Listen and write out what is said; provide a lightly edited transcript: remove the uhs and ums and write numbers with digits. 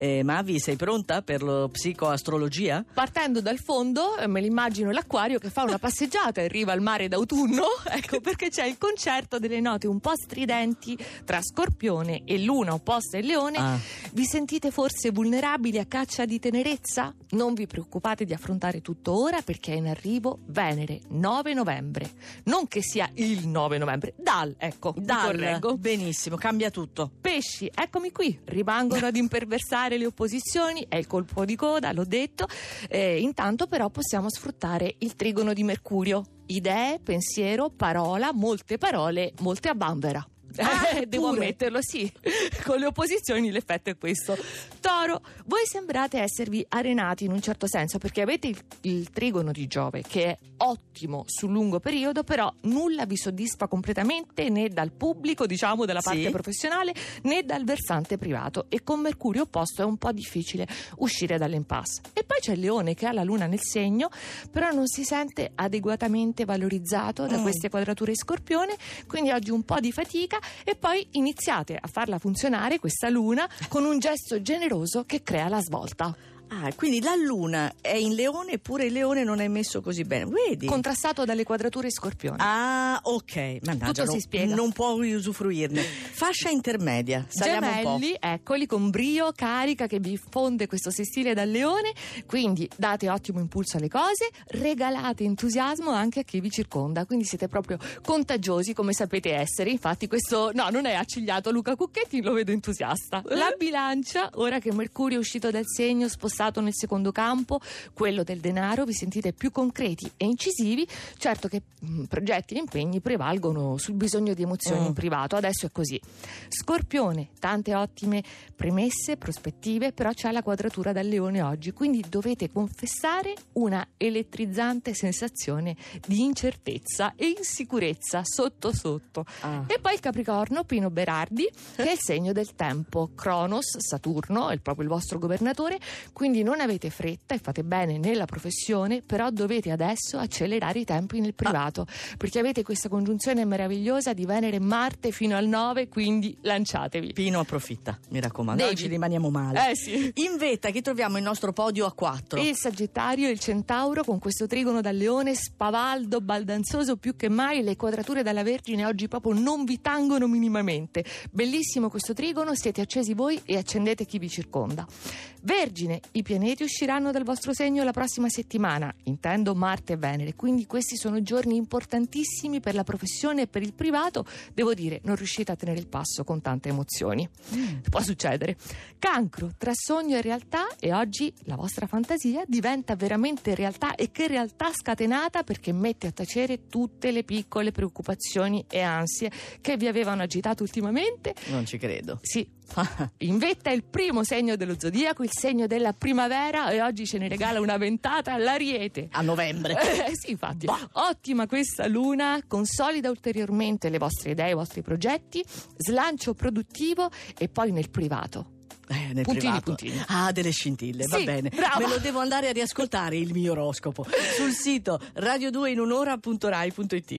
Mavi, sei pronta per lo psicoastrologia? Partendo dal fondo, me l'immagino l'acquario che fa una passeggiata e arriva al mare d'autunno, ecco perché c'è il concerto delle note un po' stridenti tra Scorpione e Luna opposta e Leone. Vi sentite forse vulnerabili a caccia di tenerezza? Non vi preoccupate di affrontare tutto ora, perché è in arrivo Venere, 9 novembre. Non che sia il 9 novembre, mi correggo. Benissimo, cambia tutto. Pesci, eccomi qui, rimangono ad imperversare le opposizioni, è il colpo di coda, l'ho detto. Intanto però possiamo sfruttare il trigono di Mercurio. Idee, pensiero, parola, molte parole, molte a bambera. Devo ammetterlo, sì. Con le opposizioni l'effetto è questo. Toro, voi sembrate esservi arenati in un certo senso, perché avete il trigono di Giove, che è ottimo sul lungo periodo, però nulla vi soddisfa completamente, né dal pubblico, diciamo della parte professionale, né dal versante privato, e con Mercurio opposto è un po' difficile uscire dall'impasse. E poi c'è il Leone, che ha la Luna nel segno, però non si sente adeguatamente valorizzato da queste quadrature Scorpione, quindi oggi un po' di fatica. E poi iniziate a farla funzionare questa Luna con un gesto generoso che crea la svolta. Quindi la Luna è in Leone, eppure il Leone non è messo così bene, vedi? Contrastato dalle quadrature Scorpione. Ok, mannaggia, tutto si spiega. Non puoi usufruirne. Fascia intermedia, saliamo Gemelli, un po'. eccoli con brio, carica che vi fonde questo sestile dal Leone, quindi date ottimo impulso alle cose, regalate entusiasmo anche a chi vi circonda, quindi siete proprio contagiosi come sapete essere. Infatti questo, no, non è accigliato Luca Cucchetti, lo vedo entusiasta. La Bilancia, ora che Mercurio è uscito dal segno, spostato nel secondo campo, quello del denaro, vi sentite più concreti e incisivi. Certo che progetti e impegni prevalgono sul bisogno di emozioni in privato, adesso è così. Scorpione, tante ottime premesse, prospettive, però c'è la quadratura dal Leone oggi, quindi dovete confessare una elettrizzante sensazione di incertezza e insicurezza sotto. E poi il Capricorno, Pino Berardi, che è il segno del tempo. Cronos, Saturno, è proprio il vostro governatore, quindi non avete fretta e fate bene nella professione, però dovete adesso accelerare i tempi nel privato, perché avete questa congiunzione meravigliosa di Venere e Marte fino al 9, quindi lanciatevi. Pino approfitta, mi raccomando, oggi rimaniamo male. Sì. In Vetta, chi troviamo il nostro podio a 4? Il Sagittario e il Centauro, con questo trigono dal Leone, spavaldo, baldanzoso più che mai. Le quadrature dalla Vergine oggi proprio non vi tangono minimamente. Bellissimo questo trigono, siete accesi voi e accendete chi vi circonda. Vergine, i pianeti usciranno dal vostro segno la prossima settimana, intendo Marte e Venere, quindi questi sono giorni importantissimi per la professione e per il privato. Devo dire, non riuscite a tenere il passo con tante emozioni. Può succedere. Cancro, tra sogno e realtà, e oggi la vostra fantasia diventa veramente realtà, e che realtà scatenata, perché mette a tacere tutte le piccole preoccupazioni e ansie che vi avevano agitato ultimamente. Non ci credo. Sì. In Vetta è il primo segno dello zodiaco, il segno della primavera, e oggi ce ne regala una ventata l'Ariete. A novembre. Sì, infatti. Ottima questa Luna, consolida ulteriormente le vostre idee, i vostri progetti, slancio produttivo, e poi nel privato. Nel privato. Puntini. Delle scintille, va bene. Brava. Me lo devo andare a riascoltare il mio oroscopo sul sito radio2inunora.rai.it.